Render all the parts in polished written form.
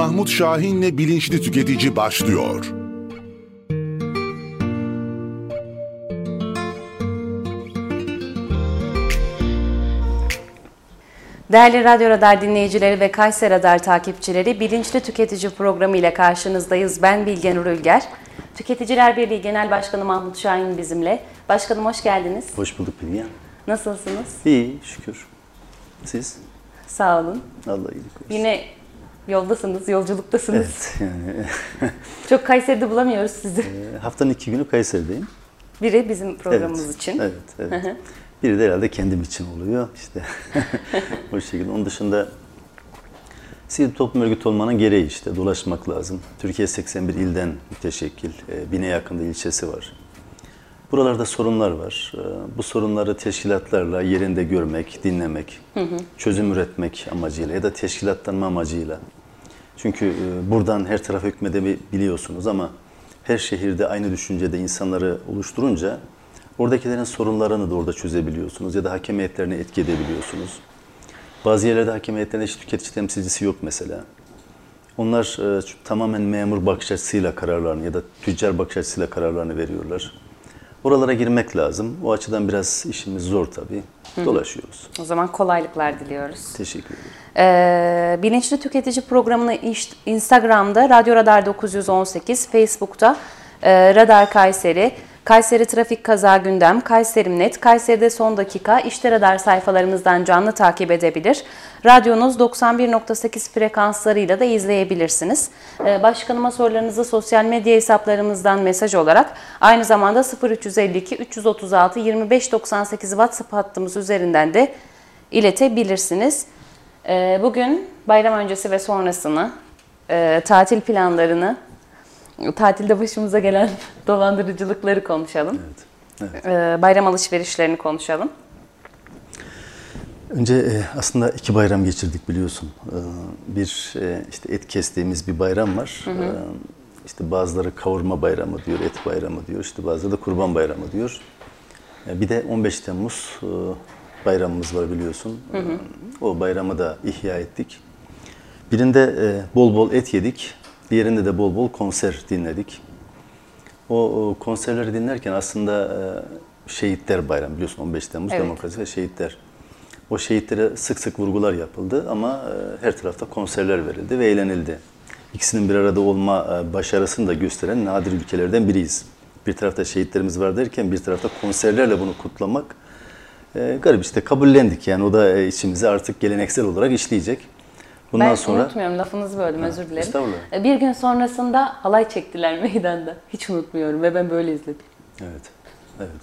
Mahmut Şahin'le Bilinçli Tüketici başlıyor. Değerli Radyo Radar dinleyicileri ve Kayseri Radar takipçileri, Bilinçli Tüketici programı ile karşınızdayız. Ben Bilge Nur Ülger. Tüketiciler Birliği Genel Başkanı Mahmut Şahin bizimle. Başkanım hoş geldiniz. Hoş bulduk Bilge. Nasılsınız? İyi, şükür. Siz? Sağ olun. Allah iyilik versin. Yine yoldasınız, yolculuktasınız. Evet, yani. Çok Kayseri'de bulamıyoruz sizi. Haftanın 2 günü Kayseri'deyim. Biri bizim programımız için. Evet. Biri de herhalde kendim için oluyor. İşte o şekilde. Onun dışında sivil toplum örgütü olmanın gereği işte. Dolaşmak lazım. Türkiye 81 ilden müteşekkil. 1000'e yakında ilçesi var. Buralarda sorunlar var. Bu sorunları teşkilatlarla yerinde görmek, dinlemek, çözüm üretmek amacıyla ya da teşkilatlanma amacıyla. Çünkü buradan her tarafa hükmedebiliyorsunuz ama her şehirde aynı düşüncede insanları oluşturunca oradakilerin sorunlarını da orada çözebiliyorsunuz ya da hakemiyetlerine etki edebiliyorsunuz. Bazı yerlerde hakemiyetlerinde hiç tüketici temsilcisi yok mesela. Onlar tamamen memur bakış açısıyla kararlarını ya da tüccar bakış açısıyla kararlarını veriyorlar. Oralara girmek lazım. O açıdan biraz işimiz zor tabii. Dolaşıyoruz. O zaman kolaylıklar diliyoruz. Teşekkür ederim. Bilinçli Tüketici programını Instagram'da Radyo Radar 918, Facebook'ta Radar Kayseri, Kayseri Trafik Kaza Gündem, Kayserim.net, Kayseri'de Son Dakika, İşte Radar sayfalarımızdan canlı takip edebilir. Radyonuz 91.8 frekanslarıyla da izleyebilirsiniz. Başkanıma sorularınızı sosyal medya hesaplarımızdan mesaj olarak, aynı zamanda 0352 336 2598 WhatsApp hattımız üzerinden de iletebilirsiniz. Bugün bayram öncesi ve sonrasını, tatil planlarını, tatilde başımıza gelen dolandırıcılıkları konuşalım. Evet. Bayram alışverişlerini konuşalım. Önce aslında 2 bayram geçirdik biliyorsun. Bir işte et kestiğimiz bir bayram var. İşte bazıları kavurma bayramı diyor, et bayramı diyor. İşte bazıları da kurban bayramı diyor. Bir de 15 Temmuz bayramımız var biliyorsun. O bayramı da ihya ettik. Birinde bol bol et yedik. Diğerinde de bol bol konser dinledik. O konserleri dinlerken aslında şehitler bayramı biliyorsun 15 Temmuz evet. Demokrasi ve şehitler. O şehitlere sık sık vurgular yapıldı ama her tarafta konserler verildi ve eğlenildi. İkisinin bir arada olma başarısını da gösteren nadir ülkelerden biriyiz. Bir tarafta şehitlerimiz var derken bir tarafta konserlerle bunu kutlamak garip işte kabullendik yani o da içimize artık geleneksel olarak işleyecek. Bundan sonra unutmuyorum lafınızı böldüm özür dilerim. Estağfurullah. Bir gün sonrasında halay çektiler meydanda. Hiç unutmuyorum ve ben böyle izledim. Evet.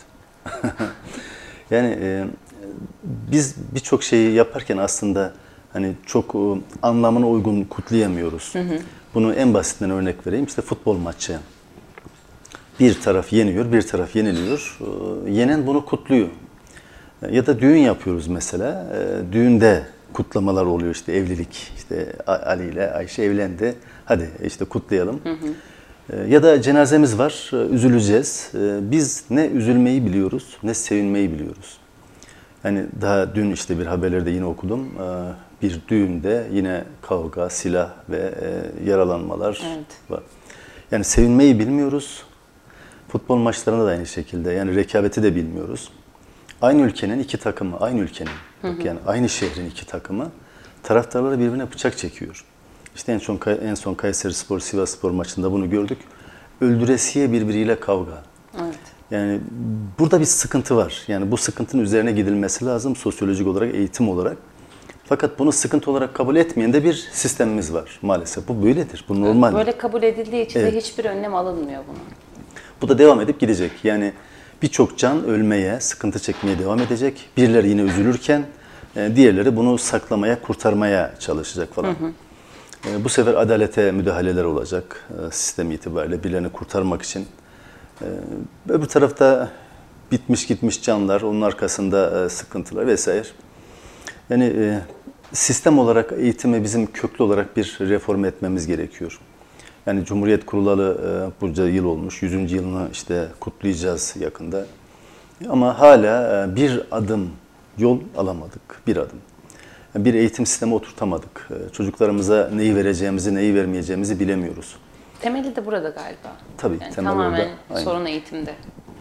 Yani biz birçok şeyi yaparken aslında hani çok anlamına uygun kutlayamıyoruz. Bunu en basitinden örnek vereyim. İşte futbol maçı. Bir taraf yeniyor, bir taraf yeniliyor. Yenen bunu kutluyor. Ya da düğün yapıyoruz mesela. Düğünde kutlamalar oluyor işte evlilik. İşte Ali ile Ayşe evlendi. Hadi işte kutlayalım. Ya da cenazemiz var, üzüleceğiz. Biz ne üzülmeyi biliyoruz, ne sevinmeyi biliyoruz. Yani daha dün işte bir haberlerde yine okudum. Bir düğünde yine kavga, silah ve yaralanmalar var. Yani sevinmeyi bilmiyoruz. Futbol maçlarında da aynı şekilde. Yani rekabeti de bilmiyoruz. Aynı ülkenin 2 takımı, aynı ülkenin, yani aynı şehrin 2 takımı taraftarları birbirine bıçak çekiyor. İşte en son Kayserispor Sivasspor maçında bunu gördük. Öldüresiye birbiriyle kavga. Evet. Yani burada bir sıkıntı var. Yani bu sıkıntının üzerine gidilmesi lazım sosyolojik olarak, eğitim olarak. Fakat bunu sıkıntı olarak kabul etmeyen de bir sistemimiz var maalesef. Bu böyledir. Bu normal. Böyle kabul edildiği için de hiçbir önlem alınmıyor buna. Bu da devam edip gidecek. Yani birçok can ölmeye, sıkıntı çekmeye devam edecek. Birileri yine üzülürken diğerleri bunu saklamaya, kurtarmaya çalışacak falan. Bu sefer adalete müdahaleler olacak sistem itibariyle birilerini kurtarmak için. Öbür tarafta bitmiş gitmiş canlar, onun arkasında sıkıntılar vesaire. Yani sistem olarak eğitimi bizim köklü olarak bir reform etmemiz gerekiyor. Yani Cumhuriyet kurulalı bunca yıl olmuş, 100. yılını işte kutlayacağız yakında. Ama hala bir adım yol alamadık, bir adım. bir eğitim sistemi oturtamadık. Çocuklarımıza neyi vereceğimizi, neyi vermeyeceğimizi bilemiyoruz. Temeli de burada galiba. Tabii, Yani temel tamamen orada. Aynen. sorun eğitimde.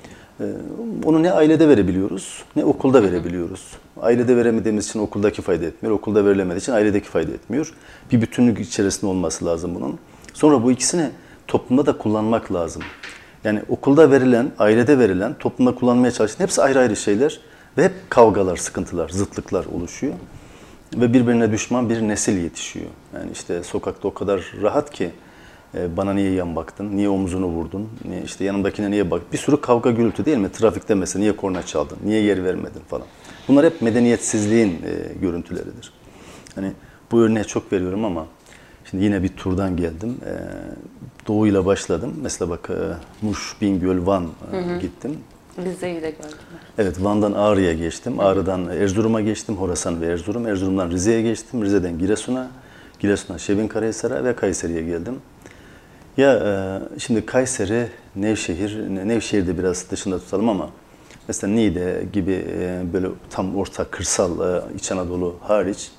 Onu ne ailede verebiliyoruz, ne okulda verebiliyoruz. Ailede veremediğimiz için okuldaki fayda etmiyor, okulda verilemediği için ailedeki fayda etmiyor. Bir bütünlük içerisinde olması lazım bunun. Sonra bu ikisini toplumda da kullanmak lazım. Yani okulda verilen, ailede verilen, toplumda kullanmaya çalışan hepsi ayrı ayrı şeyler ve hep kavgalar, sıkıntılar, zıtlıklar oluşuyor. Ve birbirine düşman bir nesil yetişiyor. Yani işte sokakta o kadar rahat ki bana niye yan baktın, niye omzunu vurdun, niye işte yanımdakine niye bak. Bir sürü kavga gürültü değil mi? Trafikte mesela niye korna çaldın, niye yer vermedin falan. Bunlar hep medeniyetsizliğin görüntüleridir. Hani bu örneği çok veriyorum ama şimdi yine bir turdan geldim. Doğuyla başladım. Mesela bak Muş, Bingöl, Van gittim. Rize'yi de gördüm. Evet, Van'dan Ağrı'ya geçtim. Ağrı'dan Erzurum'a geçtim. Horasan ve Erzurum. Erzurum'dan Rize'ye geçtim. Rize'den Giresun'a. Giresun'a Şebinkarahisar'a ve Kayseri'ye geldim. Ya şimdi Kayseri, Nevşehir'de biraz dışında tutalım ama mesela Niğde gibi böyle tam orta kırsal İç Anadolu hariç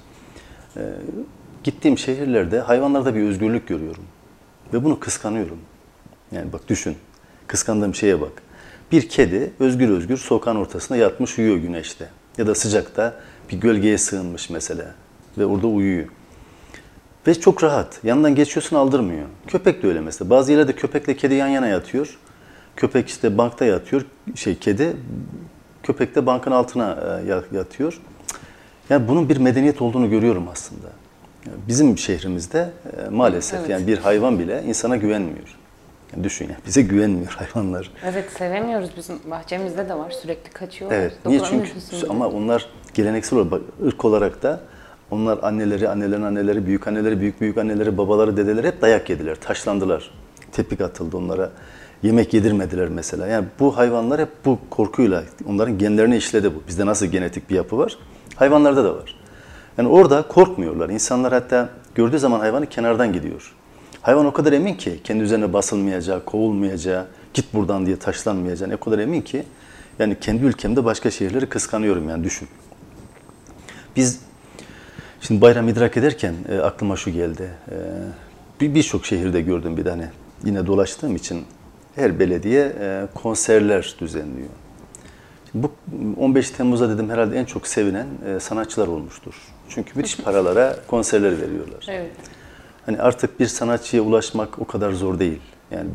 gittiğim şehirlerde hayvanlarda bir özgürlük görüyorum. Ve bunu kıskanıyorum. Yani bak düşün, kıskandığım şeye bak. Bir kedi özgür özgür sokağın ortasında yatmış uyuyor güneşte. Ya da sıcakta bir gölgeye sığınmış mesela ve orada uyuyor. Ve çok rahat. Yanından geçiyorsun aldırmıyor. Köpek de öyle mesela. Bazı yerlerde köpekle kedi yan yana yatıyor. Köpek işte bankta yatıyor. Kedi köpek de bankın altına yatıyor. Yani bunun bir medeniyet olduğunu görüyorum aslında. Bizim şehrimizde maalesef evet. Yani bir hayvan bile insana güvenmiyor. Yani düşün ya bize güvenmiyor hayvanlar. Evet sevemiyoruz, bizim bahçemizde de var, sürekli kaçıyorlar. Evet niye çünkü ama onlar geleneksel olarak ırk olarak da onlar annelerin anneleri, büyük anneleri, büyük anneleri, babaları, dedeleri hep dayak yediler, taşlandılar. Tepik atıldı onlara. Yemek yedirmediler mesela. Yani bu hayvanlar hep bu korkuyla, onların genlerine işledi bu. Bizde nasıl genetik bir yapı var? Hayvanlarda da var. Yani orada korkmuyorlar. İnsanlar hatta gördüğü zaman hayvanı kenardan gidiyor. Hayvan o kadar emin ki kendi üzerine basılmayacağı, kovulmayacağı, git buradan diye taşlanmayacağı o kadar emin ki yani kendi ülkemde başka şehirleri kıskanıyorum yani düşün. Biz şimdi bayram idrak ederken aklıma şu geldi. Birçok şehirde gördüm bir tane. Yine dolaştığım için her belediye konserler düzenliyor. Şimdi bu 15 Temmuz'da dedim herhalde en çok sevinen sanatçılar olmuştur. Çünkü müthiş paralara konserler veriyorlar. Evet. Hani artık bir sanatçıya ulaşmak o kadar zor değil. Yani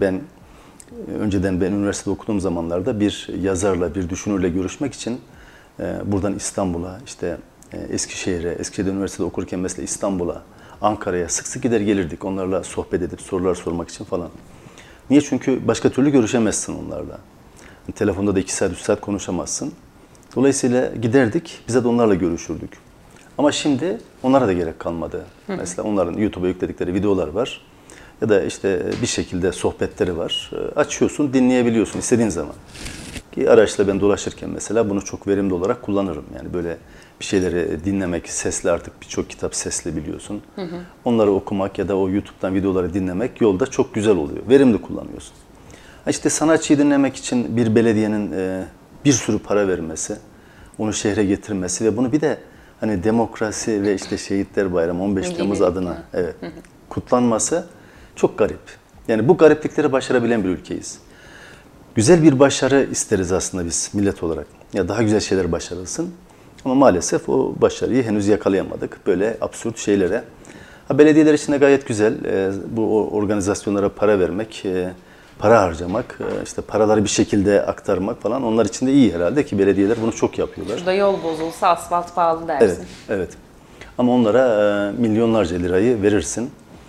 önceden ben üniversitede okuduğum zamanlarda bir yazarla, bir düşünürle görüşmek için buradan İstanbul'a, işte Eskişehir'de üniversitede okurken mesela İstanbul'a, Ankara'ya sık sık gider gelirdik. Onlarla sohbet edip sorular sormak için falan. Niye? Çünkü başka türlü görüşemezsin onlarla. Telefonda da 2 saat, 3 saat konuşamazsın. Dolayısıyla giderdik, bize de onlarla görüşürdük. Ama şimdi onlara da gerek kalmadı. Mesela onların YouTube'a yükledikleri videolar var. Ya da işte bir şekilde sohbetleri var. Açıyorsun, dinleyebiliyorsun istediğin zaman. Ki araçla ben dolaşırken mesela bunu çok verimli olarak kullanırım. Yani böyle bir şeyleri dinlemek, sesli artık birçok kitap sesli biliyorsun. Onları okumak ya da o YouTube'dan videoları dinlemek yolda çok güzel oluyor. Verimli kullanıyorsun. İşte sanatçıyı dinlemek için bir belediyenin bir sürü para vermesi, onu şehre getirmesi ve bunu bir de hani demokrasi ve işte Şehitler Bayramı 15 Temmuz adına kutlanması çok garip. Yani bu gariplikleri başarabilen bir ülkeyiz. Güzel bir başarı isteriz aslında biz millet olarak. Ya daha güzel şeyler başarılsın. Ama maalesef o başarıyı henüz yakalayamadık. Böyle absürt şeylere. Belediyeler için de gayet güzel. Bu organizasyonlara para vermek, para harcamak, işte paraları bir şekilde aktarmak falan onlar için de iyi herhalde ki belediyeler bunu çok yapıyorlar. Şurada yol bozulsa asfalt pahalı dersin. Evet, evet. Ama onlara milyonlarca lirayı verirsin.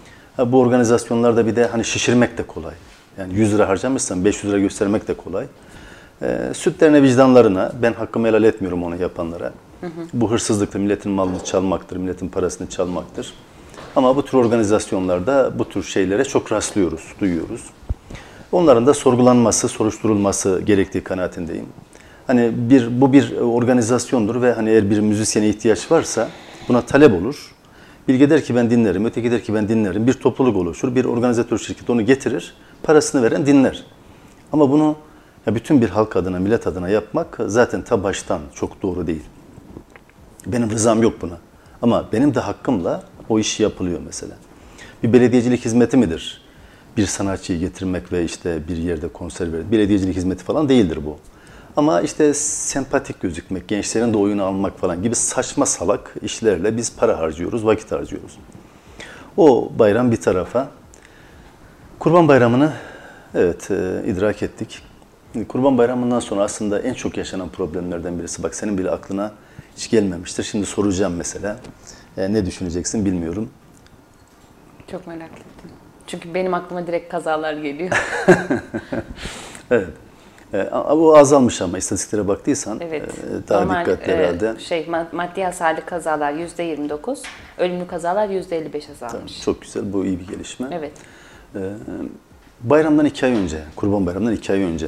Bu organizasyonlarda bir de hani şişirmek de kolay. Yani 100 lira harcamışsan 500 lira göstermek de kolay. Sütlerine, vicdanlarına, ben hakkımı helal etmiyorum onu yapanlara. Bu hırsızlıktır, milletin malını çalmaktır, milletin parasını çalmaktır. Ama bu tür organizasyonlarda bu tür şeylere çok rastlıyoruz, duyuyoruz. Onların da sorgulanması, soruşturulması gerektiği kanaatindeyim. Hani bu bir organizasyondur ve hani eğer bir müzisyene ihtiyaç varsa buna talep olur. Biri der ki ben dinlerim, öteki der ki ben dinlerim. Bir topluluk oluşur, bir organizatör şirketi onu getirir, parasını veren dinler. Ama bunu bütün bir halk adına, millet adına yapmak zaten ta baştan çok doğru değil. Benim rızam yok buna. Ama benim de hakkımla o iş yapılıyor mesela. Bir belediyecilik hizmeti midir? Bir sanatçıyı getirmek ve işte bir yerde konser vermek. Belediyecilik hizmeti falan değildir bu. Ama işte sempatik gözükmek, gençlerin de oyunu almak falan gibi saçma salak işlerle biz para harcıyoruz, vakit harcıyoruz. O bayram bir tarafa. Kurban Bayramı'nı evet idrak ettik. Kurban Bayramı'ndan sonra aslında en çok yaşanan problemlerden birisi. Bak senin bile aklına hiç gelmemiştir. Şimdi soracağım mesela. Ne düşüneceksin bilmiyorum. Çok merak ettim. Çünkü benim aklıma direkt kazalar geliyor. Evet. Bu azalmış ama istatistiklere baktıysan Evet. daha Normal, dikkatli herhalde. Maddi hasarlı kazalar %29, ölümlü kazalar %55 azalmış. Tamam, çok güzel. Bu iyi bir gelişme. Evet. Bayramdan 2 ay önce, Kurban Bayramı'ndan 2 ay önce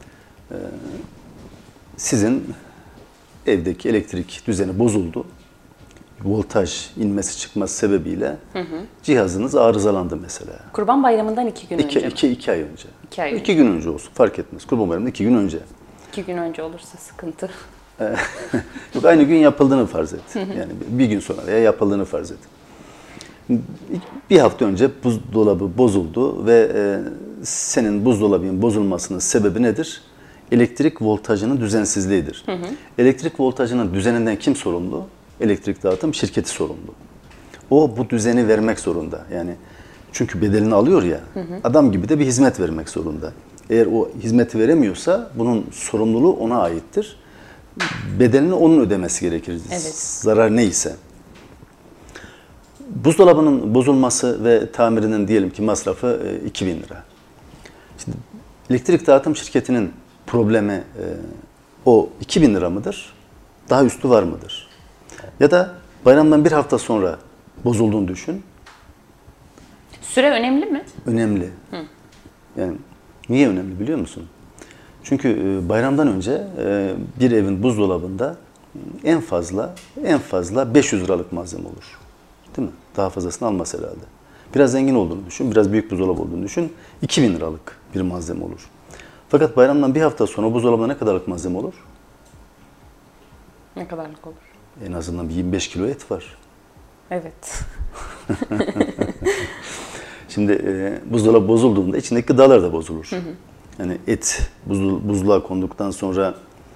sizin evdeki elektrik düzeni bozuldu. Voltaj inmesi çıkması sebebiyle cihazınız arızalandı mesela. Kurban Bayramı'ndan 2 gün önce mi? 2 ay önce. 2 ay önce. 2 gün önce olsun fark etmez. Kurban Bayramı'ndan 2 gün önce. 2 gün önce olursa sıkıntı. Yok, aynı gün yapıldığını farz et. Yani bir gün sonra veya yapıldığını farz et. Bir hafta önce buzdolabı bozuldu ve senin buzdolabının bozulmasının sebebi nedir? Elektrik voltajının düzensizliğidir. Elektrik voltajının düzeninden kim sorumlu? Elektrik dağıtım şirketi sorumlu. O bu düzeni vermek zorunda. Yani çünkü bedelini alıyor ya, adam gibi de bir hizmet vermek zorunda. Eğer o hizmeti veremiyorsa bunun sorumluluğu ona aittir. Bedelini onun ödemesi gerekir. Evet. Zarar neyse. Buzdolabının bozulması ve tamirinin diyelim ki masrafı 2.000 lira. Şimdi elektrik dağıtım şirketinin problemi o 2.000 lira mıdır? Daha üstü var mıdır? Ya da bayramdan bir hafta sonra bozulduğunu düşün. Süre önemli mi? Önemli. Yani niye önemli biliyor musun? Çünkü bayramdan önce bir evin buzdolabında en fazla 500 liralık malzeme olur. Değil mi? Daha fazlasını almaz herhalde. Biraz zengin olduğunu düşün, biraz büyük buzdolabı olduğunu düşün. 2.000 liralık bir malzeme olur. Fakat bayramdan bir hafta sonra buzdolabında ne kadarlık malzeme olur? Ne kadarlık olur? En azından bir 25 kilo et var. Evet. Şimdi buzdolabı bozulduğunda içindeki gıdalar da bozulur. Yani et buzluğa konduktan sonra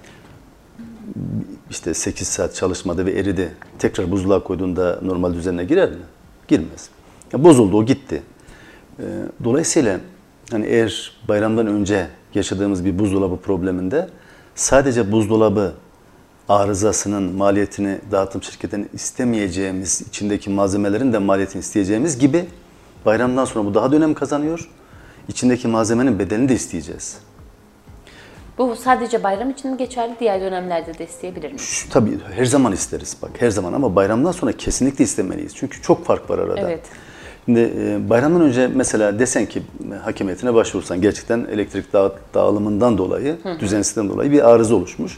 işte 8 saat çalışmadı ve eridi. Tekrar buzluğa koyduğunda normal düzenine girer mi? Girmez. Ya bozuldu, o gitti. Dolayısıyla hani eğer bayramdan önce yaşadığımız bir buzdolabı probleminde sadece buzdolabı arızasının maliyetini dağıtım şirketinden istemeyeceğimiz, içindeki malzemelerin de maliyetini isteyeceğimiz gibi bayramdan sonra bu daha da önem kazanıyor. İçindeki malzemenin bedelini de isteyeceğiz. Bu sadece bayram için mi geçerli, diğer dönemlerde de isteyebilir miyiz? Tabii her zaman isteriz bak, her zaman, ama bayramdan sonra kesinlikle istemeliyiz. Çünkü çok fark var arada. Evet. Şimdi bayramdan önce mesela desen ki hakimiyetine başvursan gerçekten elektrik dağılımından dolayı, düzensizlikten dolayı bir arıza oluşmuş.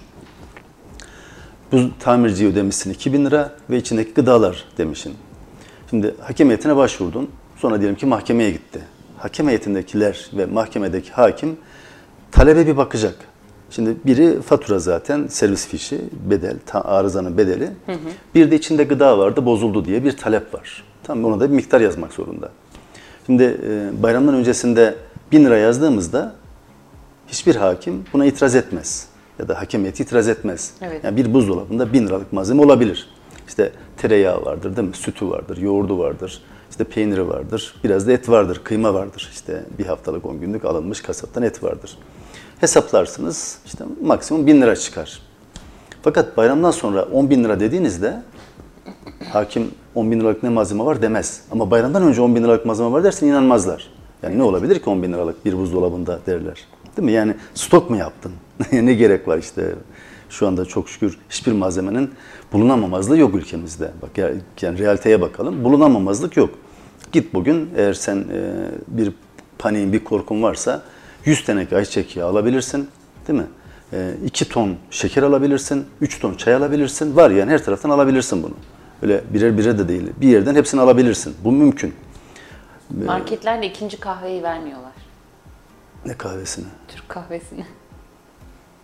Bu tamirciye ödemişsin 2.000 lira ve içindeki gıdalar demişsin. Şimdi hakimiyetine başvurdun, sonra diyelim ki mahkemeye gitti. Hakem heyetindekiler ve mahkemedeki hakim talebe bir bakacak. Şimdi biri fatura zaten, servis fişi, bedel, arızanın bedeli. Bir de içinde gıda vardı, bozuldu diye bir talep var. Tamam, ona da bir miktar yazmak zorunda. Şimdi bayramdan öncesinde 1.000 lira yazdığımızda hiçbir hakim buna itiraz etmez. Ya da hakem heyeti itiraz etmez. Evet. Yani bir buzdolabında 1.000 liralık malzeme olabilir. İşte tereyağı vardır, değil mi? Sütü vardır, yoğurdu vardır, işte peyniri vardır, biraz da et vardır, kıyma vardır. İşte bir haftalık 10 günlük alınmış kasaptan et vardır. Hesaplarsınız, işte maksimum 1.000 lira çıkar. Fakat bayramdan sonra 10.000 lira dediğinizde hakim 10.000 liralık ne malzeme var demez. Ama bayramdan önce 10.000 liralık malzeme var dersen inanmazlar. Yani ne olabilir ki 10.000 liralık bir buzdolabında derler. Değil mi? Yani stok mu yaptın? Ne gerek var işte. Şu anda çok şükür hiçbir malzemenin bulunamamazlığı yok ülkemizde. Bak yani realiteye bakalım. Bulunamamazlık yok. Git bugün, eğer sen bir paniğin, bir korkun varsa 100 teneke ayçiçek yağı alabilirsin. Değil mi? 2 ton şeker alabilirsin. 3 ton çay alabilirsin. Var yani, her taraftan alabilirsin bunu. Öyle birer birer de değil. Bir yerden hepsini alabilirsin. Bu mümkün. Marketlerde ikinci kahveyi vermiyorlar. Ne kahvesini? Türk kahvesini.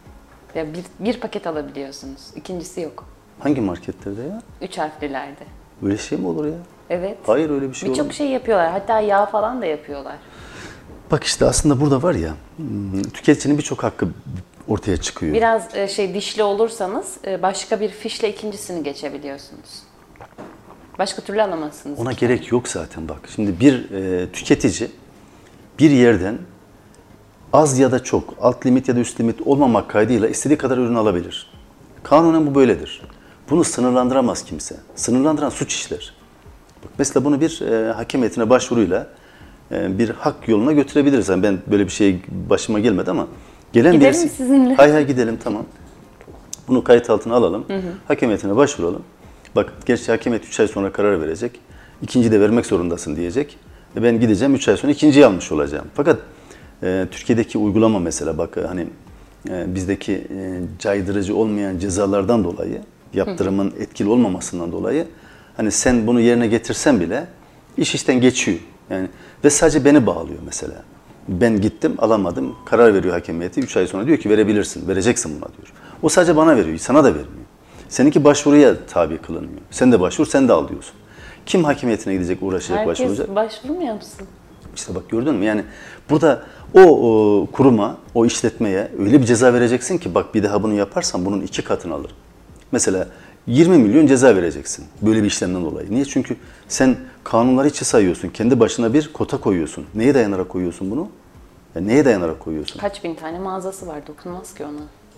Ya bir paket alabiliyorsunuz. İkincisi yok. Hangi marketlerde ya? 3 harflilerde. Öyle şey mi olur ya? Evet. Hayır, öyle bir şey olur mu? Birçok şey yapıyorlar. Hatta yağ falan da yapıyorlar. Bak işte aslında burada var ya, tüketicinin birçok hakkı ortaya çıkıyor. Biraz dişli olursanız başka bir fişle ikincisini geçebiliyorsunuz. Başka türlü alamazsınız. Ona gerek yok zaten bak. Şimdi bir tüketici bir yerden az ya da çok, alt limit ya da üst limit olmamak kaydıyla istediği kadar ürün alabilir. Kanunen bu böyledir. Bunu sınırlandıramaz kimse. Sınırlandıran suç işler. Bak mesela bunu bir hakem heyetine başvuruyla bir hak yoluna götürebiliriz. Yani ben böyle bir şey başıma gelmedi ama gelen Gidelim birisi... mi sizinle? Hay gidelim, tamam. Bunu kayıt altına alalım. Hakem heyetine başvuralım. Bak gerçi hakem heyeti 3 ay sonra karar verecek. İkinci de vermek zorundasın diyecek. Ben gideceğim 3 ay sonra ikinciyi almış olacağım. Fakat Türkiye'deki uygulama mesela bak hani bizdeki caydırıcı olmayan cezalardan dolayı, yaptırımın etkili olmamasından dolayı hani sen bunu yerine getirsen bile iş işten geçiyor. Yani ve sadece beni bağlıyor mesela. Ben gittim, alamadım. Karar veriyor hakem heyeti. 3 ay sonra diyor ki verebilirsin, vereceksin buna diyor. O sadece bana veriyor, sana da vermiyor. Seninki başvuruya tabi kılınmıyor. Sen de başvur, sen de al diyorsun. Kim hakem heyetine gidecek, uğraşacak, başvuracak? Herkes başvurmuyor musun? İşte bak gördün mü? Yani burada o kuruma, o işletmeye öyle bir ceza vereceksin ki bak bir daha bunu yaparsan bunun 2 katını alırım. Mesela 20 milyon ceza vereceksin böyle bir işlemden dolayı. Niye? Çünkü sen kanunları içe sayıyorsun. Kendi başına bir kota koyuyorsun. Neye dayanarak koyuyorsun bunu? Ya neye dayanarak koyuyorsun? Kaç bin tane mağazası var, dokunmaz ki ona.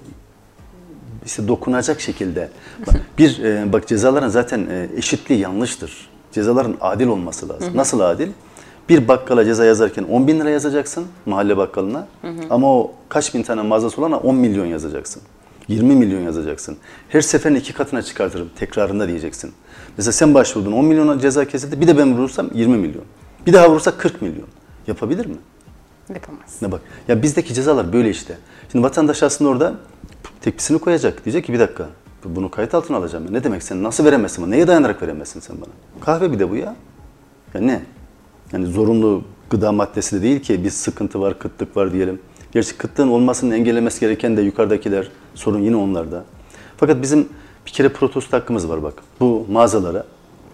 İşte dokunacak şekilde. Bak cezaların zaten eşitliği yanlıştır. Cezaların adil olması lazım. Nasıl adil? Bir bakkala ceza yazarken 10 bin lira yazacaksın mahalle bakkalına. Ama o kaç bin tane mağazası olana 10 milyon yazacaksın. 20 milyon yazacaksın. Her seferin 2 katına çıkartırım tekrarında diyeceksin. Mesela sen başvurdun 10 milyona ceza kesildi. Bir de ben vurursam 20 milyon. Bir daha vurursak 40 milyon. Yapabilir mi? Yapamaz. Ne bak. Ya bizdeki cezalar böyle işte. Şimdi vatandaş aslında orada tepkisini koyacak. Diyecek ki bir dakika. Bunu kayıt altına alacağım. Ne demek sen? Nasıl veremezsin? Neye dayanarak veremezsin sen bana? Kahve bir de bu ya. Ya ne? Yani zorunlu gıda maddesi de değil ki bir sıkıntı var, kıtlık var diyelim. Gerçi kıtlığın olmasını engellemesi gereken de yukarıdakiler. Sorun yine onlarda. Fakat bizim bir kere protesto hakkımız var bak. Bu mağazalara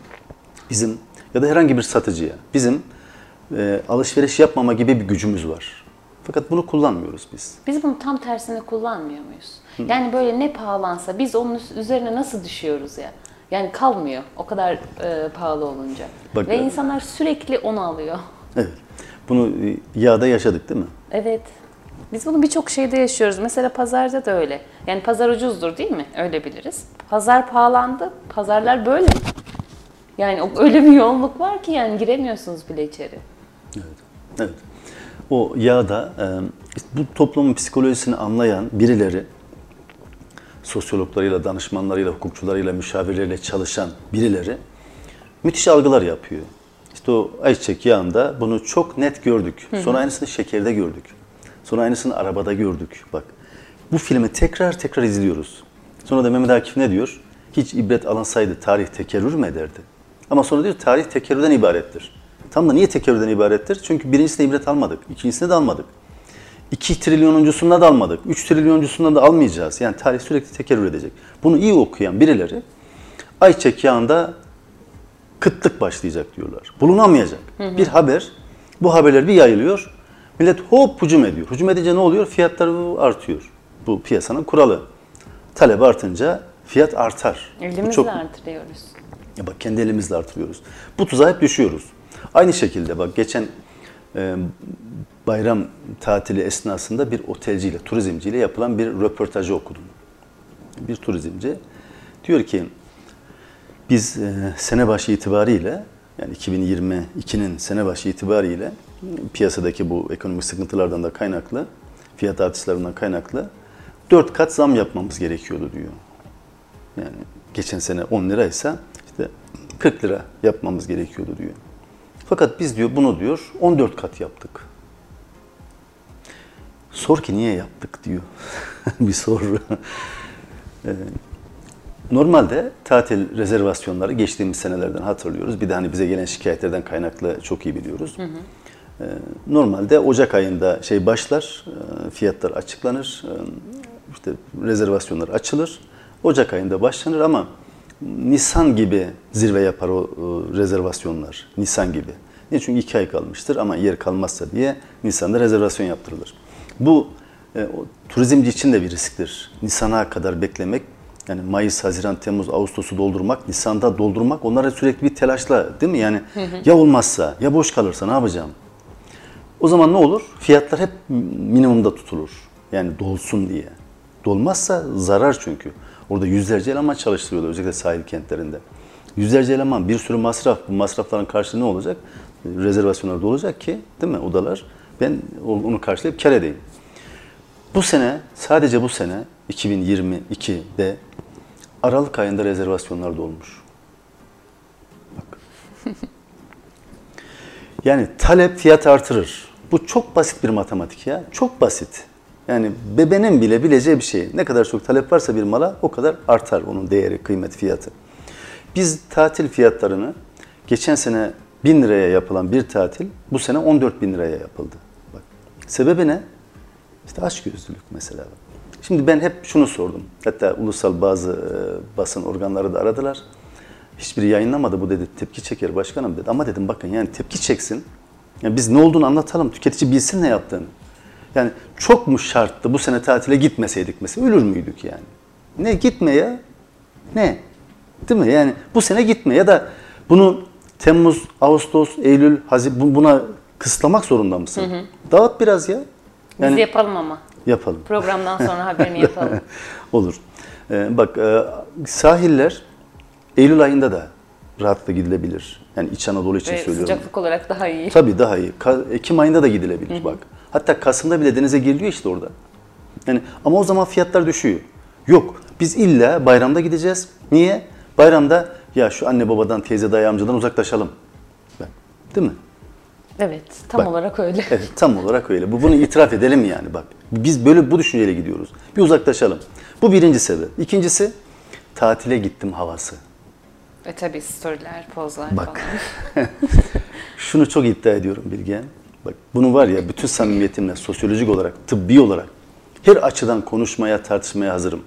bizim ya da herhangi bir satıcıya bizim alışveriş yapmama gibi bir gücümüz var. Fakat bunu kullanmıyoruz biz. Biz bunu tam tersine kullanmıyor muyuz? Yani böyle ne pahalansa biz onun üzerine nasıl düşüyoruz ya? Yani kalmıyor o kadar pahalı olunca. Bak, ve insanlar sürekli onu alıyor. Evet. Bunu yağda yaşadık değil mi? Evet. Biz bunu birçok şeyde yaşıyoruz. Mesela pazarda da öyle. Yani pazar ucuzdur değil mi? Öyle biliriz. Pazar pahalandı. Pazarlar böyle. Yani öyle bir yoğunluk var ki yani giremiyorsunuz bile içeri. Evet. Evet. O yağda bu toplumun psikolojisini anlayan birileri, sosyologlarıyla, danışmanlarıyla, hukukçularıyla, müşavirleriyle çalışan birileri müthiş algılar yapıyor. İşte o ayçiçek yağında bunu çok net gördük. Sonra aynısını şekerde gördük. Sonra aynısını arabada gördük. Bak bu filmi tekrar tekrar izliyoruz. Sonra da Mehmet Akif ne diyor? Hiç ibret alınsaydı tarih tekerrür mü ederdi? Ama sonra diyor tarih tekerrürden ibarettir. Tam da niye tekerrürden ibarettir? Çünkü birincisinde ibret almadık, ikincisinde de almadık. 2 trilyonuncusunda da almadık, 3 trilyoncusunda da almayacağız. Yani tarih sürekli tekerrür edecek. Bunu iyi okuyan birileri ayçiçek yağında kıtlık başlayacak diyorlar. Bulunamayacak. Bir haber, bu haberler bir yayılıyor. Millet hop hücum ediyor. Hücum edince ne oluyor? Fiyatlar artıyor. Bu piyasanın kuralı. Talep artınca fiyat artar. Elimizle artırıyoruz. Ya bak kendi elimizle artırıyoruz. Bu tuzağa hep düşüyoruz. Aynı şekilde bak geçen bayram tatili esnasında bir otelciyle, turizmciyle yapılan bir röportajı okudum. Bir turizmci diyor ki biz sene başı itibariyle yani 2022'nin sene başı itibariyle piyasadaki bu ekonomik sıkıntılardan da kaynaklı, fiyat artışlarından kaynaklı 4 kat zam yapmamız gerekiyordu diyor. Yani geçen sene 10 liraysa işte 40 lira yapmamız gerekiyordu diyor. Fakat biz diyor bunu diyor 14 kat yaptık. Sor ki niye yaptık diyor. Bir sor. Normalde tatil rezervasyonları geçtiğimiz senelerden hatırlıyoruz. Bir de hani bize gelen şikayetlerden kaynaklı çok iyi biliyoruz. Normalde Ocak ayında başlar, fiyatlar açıklanır, işte rezervasyonlar açılır. Ocak ayında başlanır ama Nisan gibi zirve yapar o rezervasyonlar. Nisan gibi. Niye? Çünkü 2 ay kalmıştır ama yer kalmazsa diye Nisan'da rezervasyon yaptırılır. Bu turizmci için de bir risktir. Nisan'a kadar beklemek, yani Mayıs, Haziran, Temmuz, Ağustos'u doldurmak, Nisan'da doldurmak onlara sürekli bir telaşla, değil mi? Yani ya olmazsa, ya boş kalırsa ne yapacağım? O zaman ne olur? Fiyatlar hep minimumda tutulur. Yani dolsun diye. Dolmazsa zarar çünkü. Orada yüzlerce eleman çalıştırıyorlar özellikle sahil kentlerinde. Yüzlerce eleman, bir sürü masraf. Bu masrafların karşılığı ne olacak? Rezervasyonlar dolacak ki, değil mi, odalar? Ben onu karşılayıp kar edeyim. Bu sene, sadece bu sene 2022'de Aralık ayında rezervasyonlar dolmuş. Bak. Yani talep fiyat artırır. Bu çok basit bir matematik ya. Çok basit. Yani bebenin bile bileceği bir şey. Ne kadar çok talep varsa bir mala o kadar artar onun değeri, kıymet, fiyatı. Biz tatil fiyatlarını geçen sene 1000 liraya yapılan bir tatil bu sene 14.000 liraya yapıldı. Bak. Sebebi ne? İşte açgözlülük mesela. Şimdi ben hep şunu sordum. Hatta ulusal bazı basın organları da aradılar. Hiçbiri yayınlamadı, bu dedi tepki çeker başkanım dedi. Ama dedim bakın yani tepki çeksin. Yani biz ne olduğunu anlatalım, tüketici bilsin ne yaptığını. Yani çok mu şarttı bu sene tatile gitmeseydik mesela, ölür müydük yani? Ne gitme ya? Ne? Değil mi? Yani bu sene gitme ya da bunu Temmuz, Ağustos, Eylül, Haziran buna kısıtlamak zorunda mısın? Dağıt biraz ya. Yani, biz yapalım ama. Yapalım. Programdan sonra haberini yapalım. Olur. Bak sahiller Eylül ayında da rahatlıkla gidilebilir. Yani İç Anadolu için söylüyorum. Sıcaklık olarak daha iyi. Tabii daha iyi. Ekim ayında da gidilebilir bak. Hatta Kasım'da bile denize giriliyor işte orada. Yani ama o zaman fiyatlar düşüyor. Yok. Biz illa bayramda gideceğiz. Niye? Bayramda ya şu anne babadan, teyze, dayı, amcadan uzaklaşalım. Değil mi? Evet, tam olarak öyle. Evet, tam olarak öyle. Bunu itiraf edelim yani bak. Biz böyle bu düşünceyle gidiyoruz. Bir uzaklaşalım. Bu birinci sebep. İkincisi, tatile gittim havası. Tabii storyler, pozlar bak. falan. Şunu çok iddia ediyorum Bilgehan. Bak bunu var ya bütün samimiyetimle sosyolojik olarak, tıbbi olarak her açıdan konuşmaya, tartışmaya hazırım.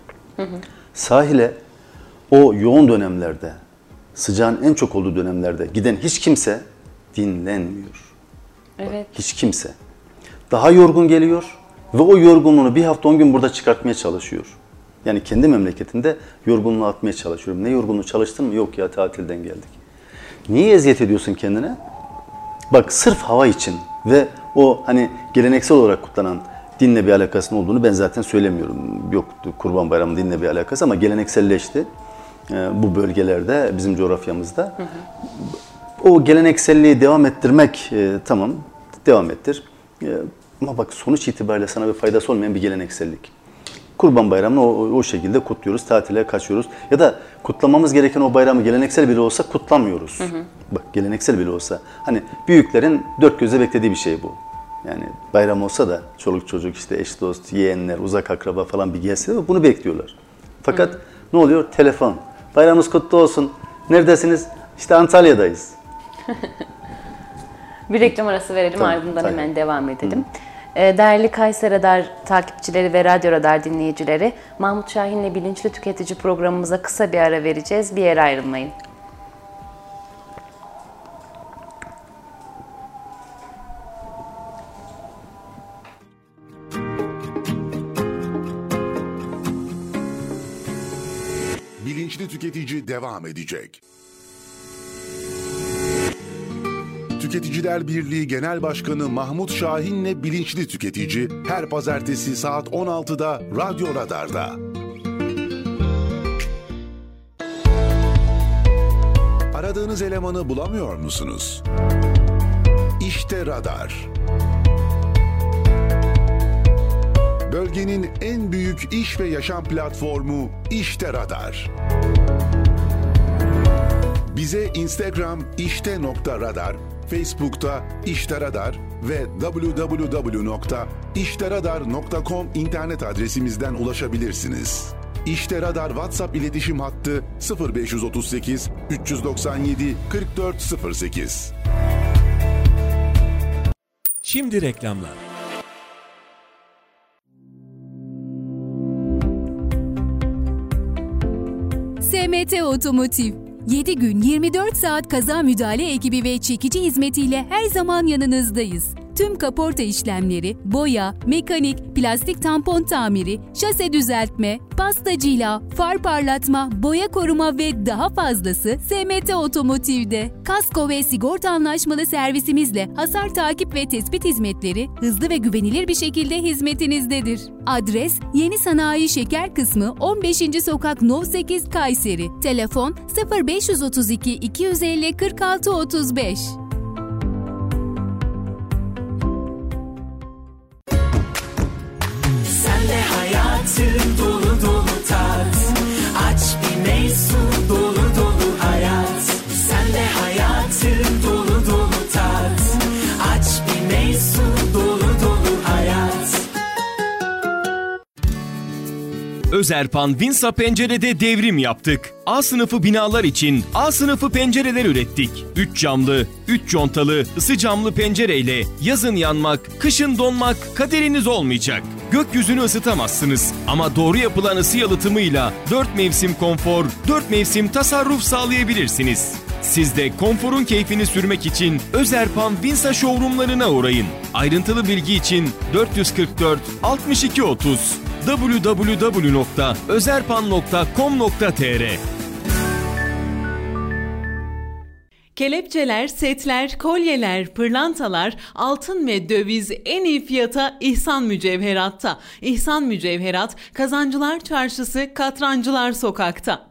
Sahile o yoğun dönemlerde, sıcağın en çok olduğu dönemlerde giden hiç kimse dinlenmiyor. Evet. Bak, hiç kimse. Daha yorgun geliyor ve o yorgunluğunu bir hafta 10 gün burada çıkartmaya çalışıyor. Yani kendi memleketinde yorgunluğu atmaya çalışıyorum. Ne yorgunluğu, çalıştın mı? Yok ya tatilden geldik. Niye eziyet ediyorsun kendine? Bak sırf hava için ve o hani geleneksel olarak kutlanan dinle bir alakasının olduğunu ben zaten söylemiyorum. Yoktu Kurban Bayramı dinle bir alakası ama gelenekselleşti bu bölgelerde, bizim coğrafyamızda. O gelenekselliği devam ettirmek tamam, devam ettir. Ama bak sonuç itibariyle sana bir faydası olmayan bir geleneksellik. Kurban Bayramı'nı o şekilde kutluyoruz, tatile kaçıyoruz. Ya da kutlamamız gereken o bayramı geleneksel bile olsa kutlamıyoruz. Bak geleneksel bile olsa. Hani büyüklerin dört gözle beklediği bir şey bu. Yani bayram olsa da çoluk çocuk işte eş dost, yeğenler, uzak akraba falan bir gelse de bunu bekliyorlar. Fakat ne oluyor? Telefon. Bayramınız kutlu olsun. Neredesiniz? İşte Antalya'dayız. Bir reklam arası verelim, Tamam, ardından hemen devam edelim. Değerli Kayseri Radar takipçileri ve Radyo Radar dinleyicileri, Mahmut Şahin'le Bilinçli Tüketici programımıza kısa bir ara vereceğiz. Bir yere ayrılmayın. Bilinçli Tüketici devam edecek. Tüketiciler Birliği Genel Başkanı Mahmut Şahin'le Bilinçli Tüketici her pazartesi saat 16'da Radyo Radar'da. Aradığınız elemanı bulamıyor musunuz? İşte Radar. Bölgenin en büyük iş ve yaşam platformu İşte Radar. Bize Instagram işte.radar, Facebook'ta İşte Radar ve www.işteradar.com internet adresimizden ulaşabilirsiniz. İşte Radar WhatsApp iletişim hattı 0538 397 4408. Şimdi reklamlar. SMT Otomotiv. 7 gün 24 saat kaza müdahale ekibi ve çekici hizmetiyle her zaman yanınızdayız. Tüm kaporta işlemleri, boya, mekanik, plastik tampon tamiri, şase düzeltme, pasta cila, far parlatma, boya koruma ve daha fazlası SMT Otomotiv'de. Kasko ve sigorta anlaşmalı servisimizle hasar takip ve tespit hizmetleri hızlı ve güvenilir bir şekilde hizmetinizdedir. Adres Yeni Sanayi Şeker Kısmı 15. Sokak No 8 Kayseri. Telefon 0532 250 46 35. Dolu dolu tat, aç bir mevzu dolu dolu hayat. Sen de hayatın dolu dolu tat, aç bir mevzu dolu dolu hayat. Özerpan Vinsa Pencere'de devrim yaptık. A sınıfı binalar için A sınıfı pencereler ürettik. 3 camlı, 3 contalı, ısı camlı pencereyle yazın yanmak, kışın donmak kaderiniz olmayacak. Gökyüzünü ısıtamazsınız ama doğru yapılan ısı yalıtımıyla 4 mevsim konfor, 4 mevsim tasarruf sağlayabilirsiniz. Siz de konforun keyfini sürmek için Özerpan Vinsa showroomlarına uğrayın. Ayrıntılı bilgi için 444 62 30 www.özerpan.com.tr. Kelepçeler, setler, kolyeler, pırlantalar, altın ve döviz en iyi fiyata İhsan Mücevherat'ta. İhsan Mücevherat, Kazancılar Çarşısı, Katrancılar Sokak'ta.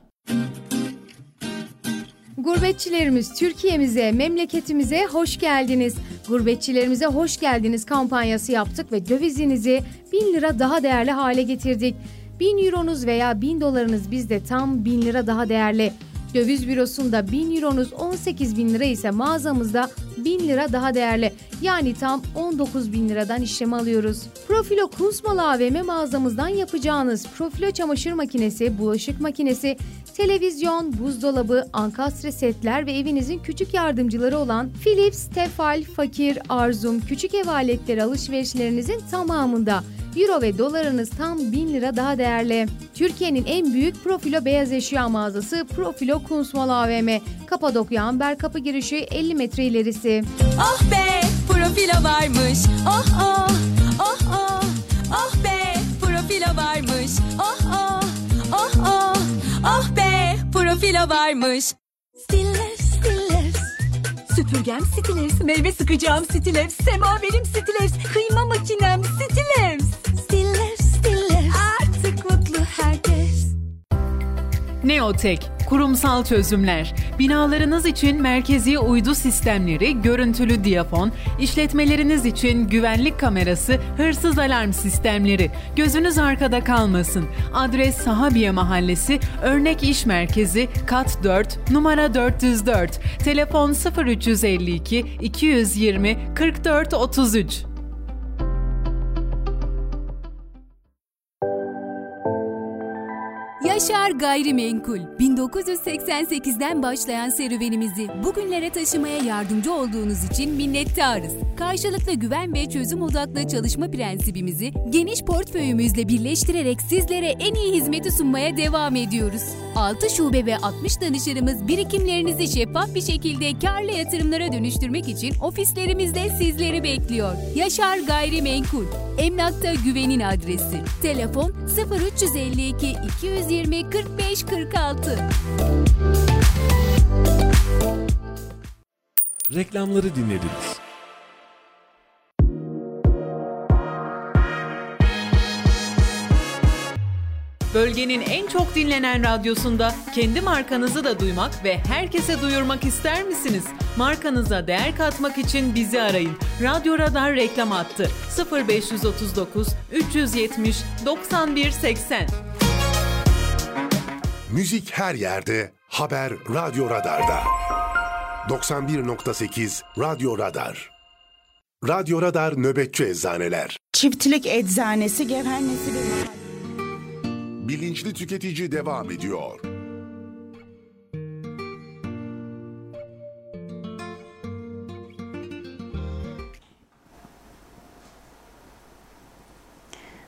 Gurbetçilerimiz Türkiye'mize, memleketimize hoş geldiniz. Gurbetçilerimize hoş geldiniz kampanyası yaptık ve dövizinizi 1000 lira daha değerli hale getirdik. 1000 euronuz veya 1000 dolarınız bizde tam 1000 lira daha değerli. Döviz bürosunda 1000 euronuz 18.000 lira ise mağazamızda 1000 lira daha değerli. Yani tam 19.000 liradan işlem alıyoruz. Profilo Kunstmalı AVM mağazamızdan yapacağınız profilo çamaşır makinesi, bulaşık makinesi, televizyon, buzdolabı, ankastre setler ve evinizin küçük yardımcıları olan Philips, Tefal, Fakir, Arzum, küçük ev aletleri alışverişlerinizin tamamında euro ve dolarınız tam 1000 lira daha değerli. Türkiye'nin en büyük profilo beyaz eşya mağazası Profilo Kunstmalı AVM. Kapadokya Amber Kapı girişi 50 metre ilerisi. Oh be, profilo varmış. Oh oh, oh oh, oh be, profilo varmış. Oh oh, oh oh, oh be, profilo varmış. Stillers, Stillers. Süpürgem Stillers, meyve sıkacağım Stillers, semaverim Stillers, kıyma makinem Stillers. Stillers, Stillers. Artık mutlu herkes. Neotek, kurumsal çözümler. Binalarınız için merkezi uydu sistemleri, görüntülü diyafon, işletmeleriniz için güvenlik kamerası, hırsız alarm sistemleri. Gözünüz arkada kalmasın. Adres Sahabiye Mahallesi, Örnek İş Merkezi, Kat 4, numara 404. Telefon 0352 220 44 33. Yaşar Gayrimenkul, 1988'den başlayan serüvenimizi bugünlere taşımaya yardımcı olduğunuz için minnettarız. Karşılıklı güven ve çözüm odaklı çalışma prensibimizi geniş portföyümüzle birleştirerek sizlere en iyi hizmeti sunmaya devam ediyoruz. 6 şube ve 60 danışanımız birikimlerinizi şeffaf bir şekilde karlı yatırımlara dönüştürmek için ofislerimizde sizleri bekliyor. Yaşar Gayrimenkul, emlakta güvenin adresi. Telefon 0352 220 45 46. Reklamları dinlediniz. Bölgenin en çok dinlenen radyosunda kendi markanızı da duymak ve herkese duyurmak ister misiniz? Markanıza değer katmak için bizi arayın. Radyo Radar reklam hattı 0539 370 91 80. Müzik her yerde, haber Radyo Radar'da. 91.8 Radyo Radar. Radyo Radar nöbetçi eczaneler. Çiftlik Eczanesi Gevhernesi Bilinçli tüketici devam ediyor.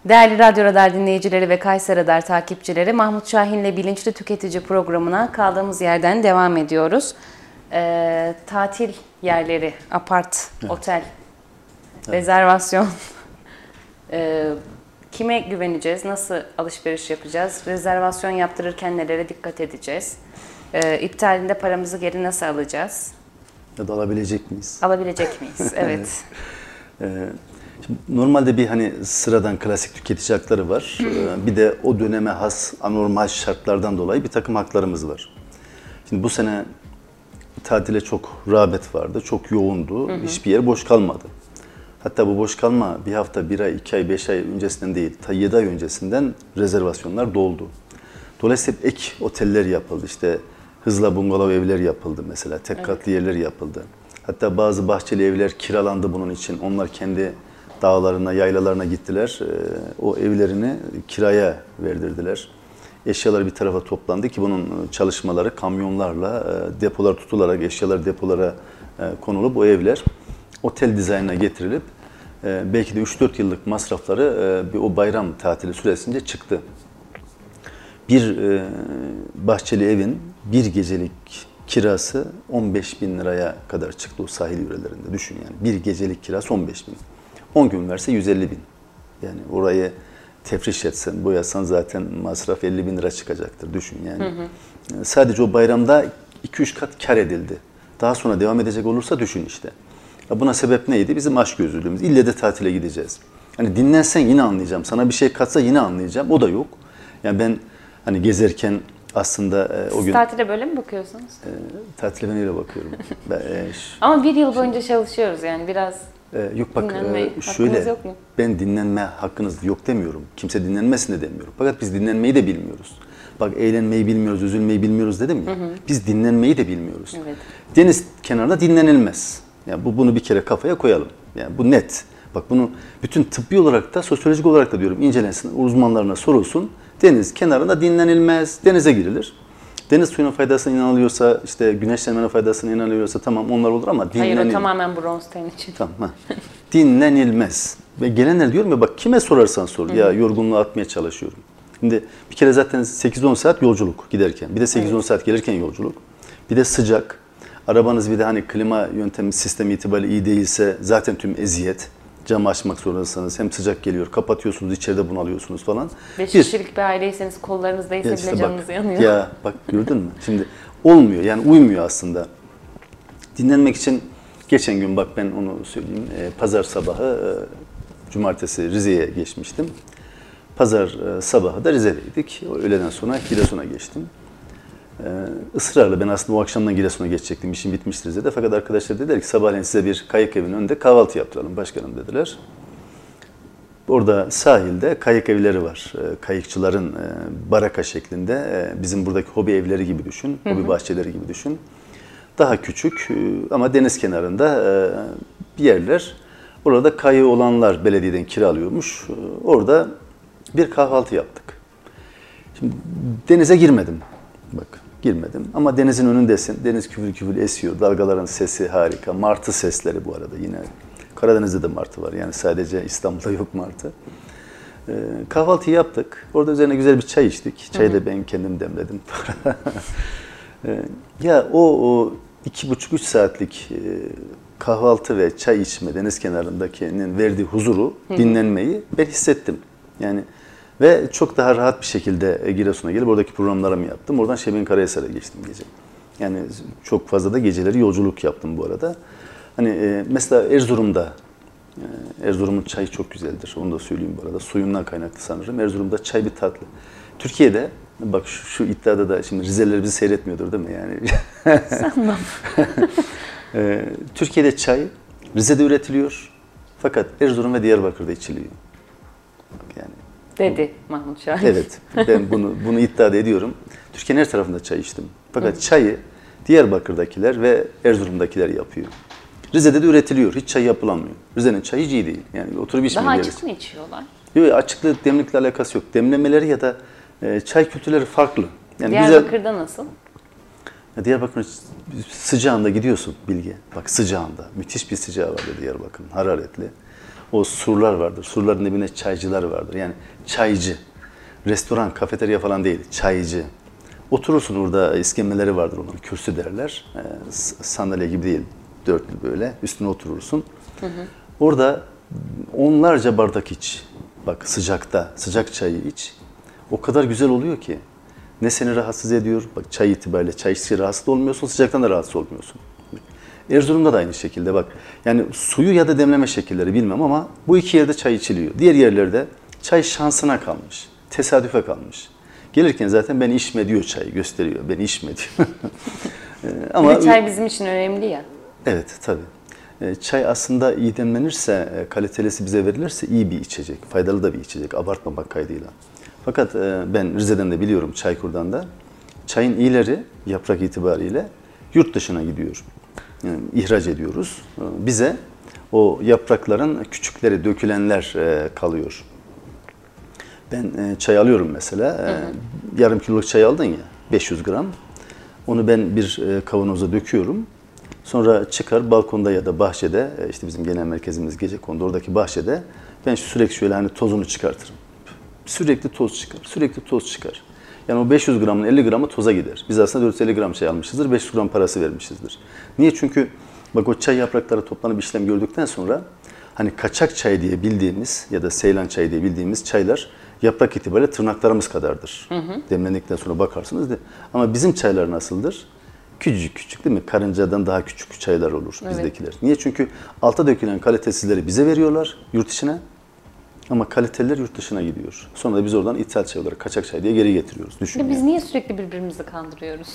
Değerli Radyo Radar dinleyicileri ve Kayseri Radar takipçileri, Mahmut Şahin'le Bilinçli Tüketici programına kaldığımız yerden devam ediyoruz. Tatil yerleri, apart, otel, rezervasyon. Kime güveneceğiz? Nasıl alışveriş yapacağız? Rezervasyon yaptırırken nelere dikkat edeceğiz? İptalinde paramızı geri nasıl alacağız? Ya da alabilecek miyiz? Alabilecek miyiz? Evet. Şimdi normalde bir hani sıradan klasik tüketici hakları var. Bir de o döneme has anormal şartlardan dolayı bir takım haklarımız var. Şimdi bu sene tatile çok rağbet vardı, çok yoğundu. Hiçbir yer boş kalmadı. Hatta bu boş kalma bir hafta, bir ay, 2 ay, 5 ay öncesinden değil, ta 7 ay öncesinden rezervasyonlar doldu. Dolayısıyla ek oteller yapıldı. İşte hızla bungalov evler yapıldı mesela, tek katlı yerler yapıldı. Hatta bazı bahçeli evler kiralandı bunun için. Onlar kendi dağlarına, yaylalarına gittiler. O evlerini kiraya verdirdiler. Eşyalar bir tarafa toplandı ki bunun çalışmaları kamyonlarla depolar tutularak eşyalar depolara konulup o evler otel dizaynına getirilip belki de 3-4 yıllık masrafları o bayram tatili süresince çıktı. Bir bahçeli evin bir gecelik kirası 15.000 liraya kadar çıktı o sahil yörelerinde. Düşün yani bir gecelik kirası 15.000. 10 gün verse 150.000. Yani orayı tefriş etsen, boyasan zaten masraf 50.000 lira çıkacaktır. Düşün yani. Sadece o bayramda 2-3 kat kar edildi. Daha sonra devam edecek olursa düşün işte. Buna sebep neydi? Bizim açgözlülüğümüz. İlle de tatile gideceğiz. Hani dinlensen yine anlayacağım. Sana bir şey katsa yine anlayacağım. O da yok. Yani ben hani gezerken aslında o gün... Siz tatile böyle mi bakıyorsunuz? Tatile ben öyle bakıyorum. Ama bir yıl boyunca çalışıyoruz yani biraz... Yok bak şöyle, ben dinlenme hakkınız yok demiyorum. Kimse dinlenmesin de demiyorum. Fakat biz dinlenmeyi de bilmiyoruz. Bak eğlenmeyi bilmiyoruz, üzülmeyi bilmiyoruz dedim ya. Biz dinlenmeyi de bilmiyoruz. Evet. Deniz kenarında dinlenilmez. Yani bunu bir kere kafaya koyalım. Yani bu net. Bak bunu bütün tıbbi olarak da sosyolojik olarak da diyorum incelensin, uzmanlarına sorulsun. Deniz kenarında dinlenilmez, denize girilir. Deniz suyunun faydasına inanılıyorsa, işte güneşlenmenin faydasına inanılıyorsa tamam onlar olur ama dinlenilmez. Hayır o tamamen bronz ten için. Tamam. Dinlenilmez. Ve gelenler diyorum ya bak kime sorarsan sor. Ya yorgunluğu atmaya çalışıyorum. Şimdi bir kere zaten 8-10 saat yolculuk giderken. Bir de 8-10 saat gelirken yolculuk. Bir de sıcak. Arabanız bir de hani klima yöntemi sistemi itibariyle iyi değilse zaten tüm eziyet. Camı açmak zorundasınız. Hem sıcak geliyor, kapatıyorsunuz, içeride bunalıyorsunuz falan. 5 kişilik bir aileyseniz kollarınız değse işte bile canınız yanıyor. Ya bak gördün mü? Şimdi olmuyor yani uymuyor aslında. Dinlenmek için geçen gün bak ben onu söyleyeyim. Pazar sabahı cumartesi Rize'ye geçmiştim. Pazar sabahı da Rize'deydik. Öğleden sonra Giresun'a geçtim. Israrla ben aslında o akşamdan Giresun'a geçecektim. İşim bitmişti Rize'de. Fakat arkadaşlar dediler ki sabahleyin size bir kayık evinin önünde kahvaltı yaptıralım başkanım dediler. Orada sahilde kayık evleri var. Kayıkçıların baraka şeklinde bizim buradaki hobi evleri gibi düşün. Hobi bahçeleri gibi düşün. Daha küçük ama deniz kenarında bir yerler. Orada kayığı olanlar belediyeden kiralıyormuş. Orada bir kahvaltı yaptık. Şimdi denize girmedim. Bak girmedim ama denizin önündesin. Deniz küfür küfür esiyor. Dalgaların sesi harika. Martı sesleri bu arada yine. Karadeniz'de de martı var. Yani sadece İstanbul'da yok martı. Kahvaltıyı yaptık. Orada üzerine güzel bir çay içtik. Çayı da ben kendim demledim. Ya o 2,5-3 saatlik kahvaltı ve çay içme deniz kenarındakinin verdiği huzuru, dinlenmeyi ben hissettim. Yani ve çok daha rahat bir şekilde Giresun'a gelip oradaki programlarımı yaptım. Oradan Şebin-Karahisar'a geçtim gece. Yani çok fazla da geceleri yolculuk yaptım bu arada. Hani mesela Erzurum'da, Erzurum'un çayı çok güzeldir. Onu da söyleyeyim bu arada. Suyundan kaynaklı sanırım. Erzurum'da çay bir tatlı. Türkiye'de, bak şu iddiada da şimdi Rizeliler bizi seyretmiyordur değil mi? Yani. Sanmam. Türkiye'de çay Rize'de üretiliyor. Fakat Erzurum ve Diyarbakır'da içiliyor. Yani. Dedi Mahmut Şahin. Evet, ben bunu iddia ediyorum. Türkiye'nin her tarafında çay içtim. Fakat çayı Diyarbakır'dakiler ve Erzurum'dakiler yapıyor. Rize'de de üretiliyor, hiç çay yapılamıyor. Rize'nin çayı hiç iyi değil. Yani oturup içmeyi daha açık mı içiyorlar? Yok, açıklığı demlikle alakası yok. Demlemeleri ya da çay kültürleri farklı. Yani Diyarbakır'da güzel... nasıl? Diyarbakır'ın sıcağında gidiyorsun Bilge. Bak sıcağında. Müthiş bir sıcağı var Diyarbakır'ın, hararetli. o surlar vardır. Surların dibinde çaycılar vardır. Yani çaycı. Restoran, kafeterya falan değil. Çaycı. Oturursun orada, iskemleleri vardır onların. Kürsü derler. Sandalye gibi değil. Dörtlü böyle. Üstüne oturursun. Orada onlarca bardak iç. Bak sıcakta. Sıcak çayı iç. O kadar güzel oluyor ki. Ne seni rahatsız ediyor. Bak çay itibariyle çay içtikçe rahatsız olmuyorsun. Sıcaktan da rahatsız olmuyorsun. Erzurum'da da aynı şekilde bak. Yani suyu ya da demleme şekilleri bilmem ama bu iki yerde çay içiliyor. Diğer yerlerde çay şansına kalmış. Tesadüfe kalmış. Gelirken zaten ben içme diyor çayı gösteriyor. Ben içme diyor. Ama çay bizim için önemli ya. Evet tabii. Çay aslında iyi demlenirse, kalitelisi bize verilirse iyi bir içecek. Faydalı da bir içecek. Abartmamak kaydıyla. Fakat ben Rize'den de biliyorum Çaykur'dan da. Çayın iyileri yaprak itibariyle yurt dışına gidiyor. Yani ihraç ediyoruz. Bize o yaprakların küçükleri, dökülenler kalıyor. Ben çay alıyorum mesela. Yarım kiloluk çay aldın ya, 500 gram. Onu ben bir kavanoza döküyorum. Sonra çıkar balkonda ya da bahçede, işte bizim genel merkezimiz Gecekondu, oradaki bahçede ben sürekli şöyle hani tozunu çıkartırım. Sürekli toz çıkar, sürekli toz çıkar. Yani o 500 gramın 50 gramı toza gider. Biz aslında 450 gram çay almışızdır, 500 gram parası vermişizdir. Niye? Çünkü bak o çay yaprakları toplanıp işlem gördükten sonra hani kaçak çay diye bildiğimiz ya da Seylan çayı diye bildiğimiz çaylar yaprak itibariyle tırnaklarımız kadardır. Demlendikten sonra bakarsınız da. Ama bizim çaylar nasıldır? Küçücük küçük değil mi? Karıncadan daha küçük çaylar olur bizdekiler. Niye? Çünkü alta dökülen kalitesizleri bize veriyorlar yurt içine. Ama kaliteliler yurt dışına gidiyor. Sonra da biz oradan ithal çay olarak kaçak çay diye geri getiriyoruz. Düşün Biz niye sürekli birbirimizi kandırıyoruz?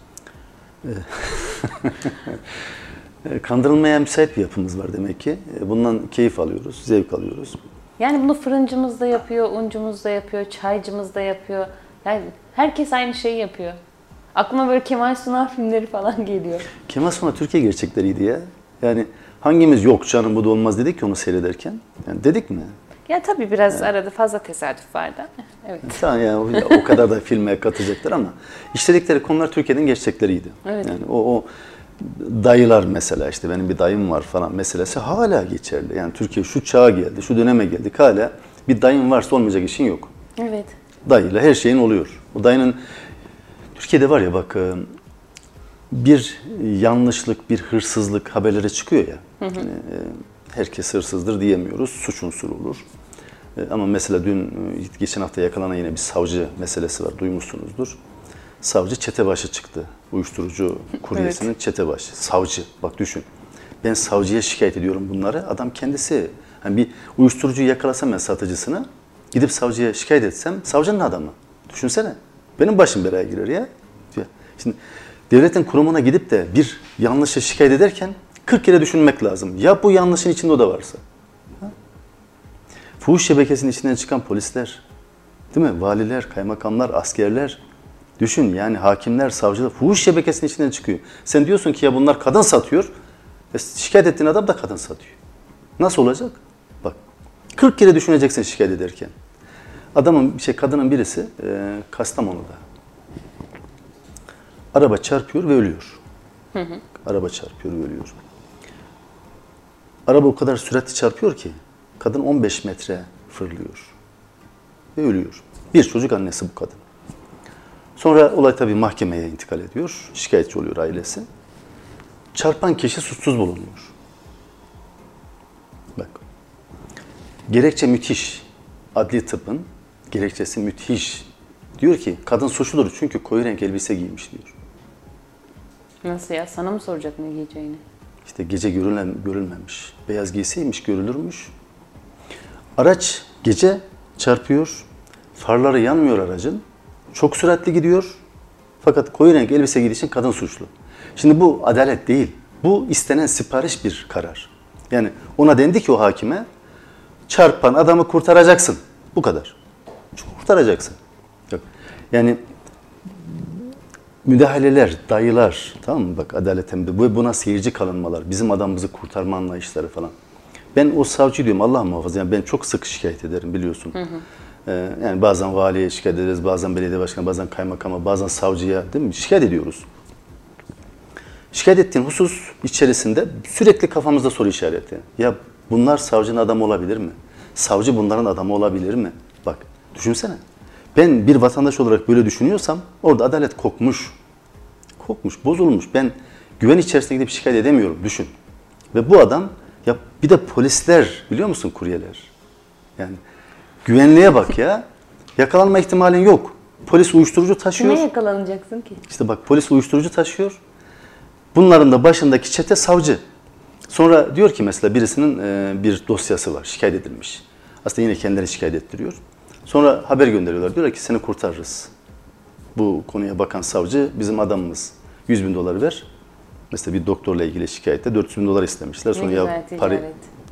Kandırılmaya müsait bir yapımız var demek ki. Bundan keyif alıyoruz, zevk alıyoruz. Yani bunu fırıncımız da yapıyor, uncumuz da yapıyor, çaycımız da yapıyor. Yani herkes aynı şeyi yapıyor. Aklıma böyle Kemal Sunal filmleri falan geliyor. Kemal Sunal Türkiye gerçekleriydi ya. Yani hangimiz yok canım bu da olmaz dedik ki onu seyrederken. Yani dedik mi? Ya tabii biraz arada fazla tesadüf vardı. Evet. Tamam yani o kadar da filme katacaklar ama işledikleri konular Türkiye'nin gerçekleriydi. Evet. Yani o dayılar mesela işte benim bir dayım var falan meselesi hala geçerli. Yani Türkiye şu çağa geldi, şu döneme geldik hala bir dayın varsa olmayacak işin yok. Evet. Dayıyla her şeyin oluyor. O dayının Türkiye'de var ya bak bir yanlışlık, bir hırsızlık haberlere çıkıyor ya. Yani, herkes hırsızdır diyemiyoruz. Suç unsuru olur. Ama mesela geçen hafta yakalanan yine bir savcı meselesi var. Duymuşsunuzdur. Savcı çetebaşı çıktı. Uyuşturucu kuryesinin evet. Çetebaşı. Savcı. Bak düşün. Ben savcıya şikayet ediyorum bunları. Adam kendisi. Hani bir uyuşturucuyu yakalasam ben satıcısını. Gidip savcıya şikayet etsem savcının adamı. Düşünsene. Benim başım belaya girer ya. Şimdi devletin kurumuna gidip de bir yanlışı şikayet ederken 40 kere düşünmek lazım. Ya bu yanlışın içinde o da varsa. Ha? Fuhuş şebekesinin içinden çıkan polisler, değil mi? Valiler, kaymakamlar, askerler. Düşün yani hakimler, savcılar fuhuş şebekesinin içinden çıkıyor. Sen diyorsun ki ya bunlar kadın satıyor. Şikayet ettiğin adam da kadın satıyor. Nasıl olacak? Bak 40 kere düşüneceksin şikayet ederken. Kadının birisi Kastamonu'da. Araba çarpıyor ve ölüyor. Araba çarpıyor ve ölüyor. Araba o kadar süratli çarpıyor ki kadın 15 metre fırlıyor ve ölüyor. Bir çocuk annesi bu kadın. Sonra olay tabii mahkemeye intikal ediyor. Şikayetçi oluyor ailesi. Çarpan kişi suçsuz bulunuyor. Bak. Gerekçe müthiş. Adli tıbbın gerekçesi müthiş. Diyor ki kadın suçludur çünkü koyu renk elbise giymiş diyor. Nasıl ya? Sana mı soracak ne giyeceğini? İşte gece görülmemiş. Beyaz giyseymiş görülürmüş. Araç gece çarpıyor. Farları yanmıyor aracın. Çok süratli gidiyor. Fakat koyu renk elbise giydiği için kadın suçlu. Şimdi bu adalet değil. Bu istenen sipariş bir karar. Yani ona dendi ki o hakime çarpan adamı kurtaracaksın. Bu kadar. Kurtaracaksın. Yani müdahaleler, dayılar, tamam mı? Bak adaletemde buna seyirci kalınmalar, bizim adamımızı kurtarma anlayışları falan. Ben o savcı diyorum Allah muhafaza. Yani ben çok sık şikayet ederim biliyorsun. Yani bazen valiye şikayet ederiz, bazen belediye başkanı, bazen kaymakama, bazen savcıya değil mi? Şikayet ediyoruz. Şikayet ettiğin husus içerisinde sürekli kafamızda soru işareti. Ya Bunlar savcının adamı olabilir mi? Savcı bunların adamı olabilir mi? Bak düşünsene. Ben bir vatandaş olarak böyle düşünüyorsam orada adalet kokmuş. Kokmuş, bozulmuş. Ben güven içerisinde gidip şikayet edemiyorum. Düşün. Ve bu adam, ya bir de polisler, biliyor musun, kuryeler? Yani güvenliğe bak ya. Yakalanma ihtimalin yok. Polis uyuşturucu taşıyor. Kime yakalanacaksın ki? İşte bak, polis uyuşturucu taşıyor. Bunların da başındaki çete savcı. Sonra diyor ki mesela birisinin bir dosyası var, şikayet edilmiş. Aslında yine kendileri şikayet ettiriyor. Sonra haber gönderiyorlar. Diyorlar ki seni kurtarırız. Bu konuya bakan savcı bizim adamımız. 100 bin dolar ver. Mesela bir doktorla ilgili şikayette 400 bin dolar istemişler. Sonra ya parayı...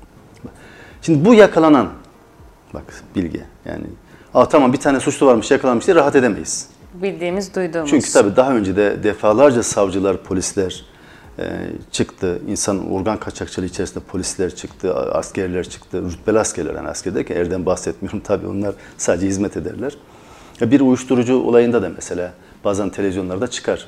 Şimdi bu yakalanan, bak Bilge, yani tamam bir tane suçlu varmış, yakalanmış diye rahat edemeyiz. Bildiğimiz, duyduğumuz. Çünkü tabii daha önce de defalarca savcılar, polisler çıktı. İnsan organ kaçakçılığı içerisinde polisler çıktı, askerler çıktı. Rütbeli askerler, yani asker derken erden bahsetmiyorum tabii, onlar sadece hizmet ederler. Bir uyuşturucu olayında da mesela bazen televizyonlarda çıkar.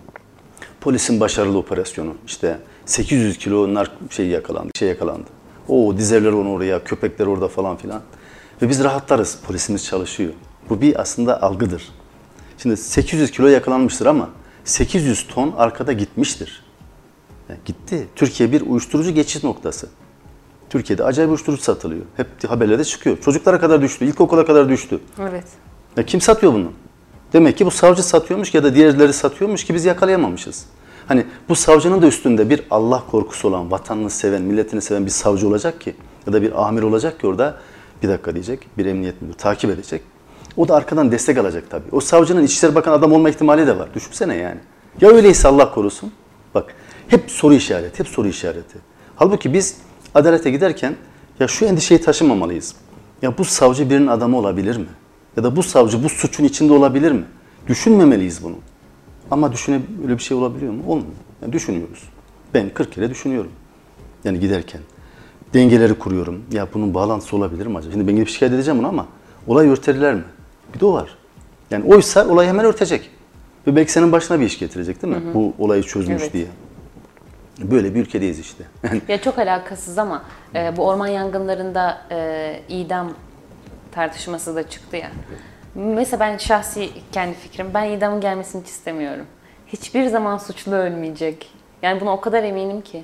Polisin başarılı operasyonu, işte 800 kilo yakalandı. O dizerler onu oraya, köpekler orada falan filan. Ve biz rahatlarız, polisimiz çalışıyor. Bu bir aslında algıdır. Şimdi 800 kilo yakalanmıştır ama 800 ton arkada gitmiştir. Yani gitti. Türkiye bir uyuşturucu geçiş noktası. Türkiye'de acayip uyuşturucu satılıyor. Hep haberlerde çıkıyor. Çocuklara kadar düştü, ilkokula kadar düştü. Evet. Ya kim satıyor bunu? Demek ki bu savcı satıyormuş ya da diğerleri satıyormuş ki biz yakalayamamışız. Hani bu savcının da üstünde bir Allah korkusu olan, vatanını seven, milletini seven bir savcı olacak ki, ya da bir amir olacak ki orada bir dakika diyecek, bir emniyet müdürü takip edecek. O da arkadan destek alacak tabii. O savcının İçişleri Bakanı adam olma ihtimali de var. Düşünsene yani. Ya öyleyse Allah korusun. Bak hep soru işareti, hep soru işareti. Halbuki biz adalete giderken ya şu endişeyi taşımamalıyız. Ya bu savcı birinin adamı olabilir mi? Ya da bu savcı bu suçun içinde olabilir mi? Düşünmemeliyiz bunu. Ama öyle bir şey olabiliyor mu? Olmuyor. Yani düşünüyoruz. Ben 40 kere düşünüyorum. Yani giderken. Dengeleri kuruyorum. Ya bunun bağlantısı olabilir mi acaba? Şimdi ben gidip şikayet edeceğim bunu ama olay örterler mi? Bir de o var. Yani oysa olay hemen örtecek. Ve belki senin başına bir iş getirecek değil mi? Hı hı. Bu olayı çözmüş diye. Böyle bir ülkedeyiz işte. Ya çok alakasız ama bu orman yangınlarında idam tartışması da çıktı ya. Mesela ben şahsi kendi fikrim, ben idamın gelmesini hiç istemiyorum. Hiçbir zaman suçlu ölmeyecek. Yani buna o kadar eminim ki.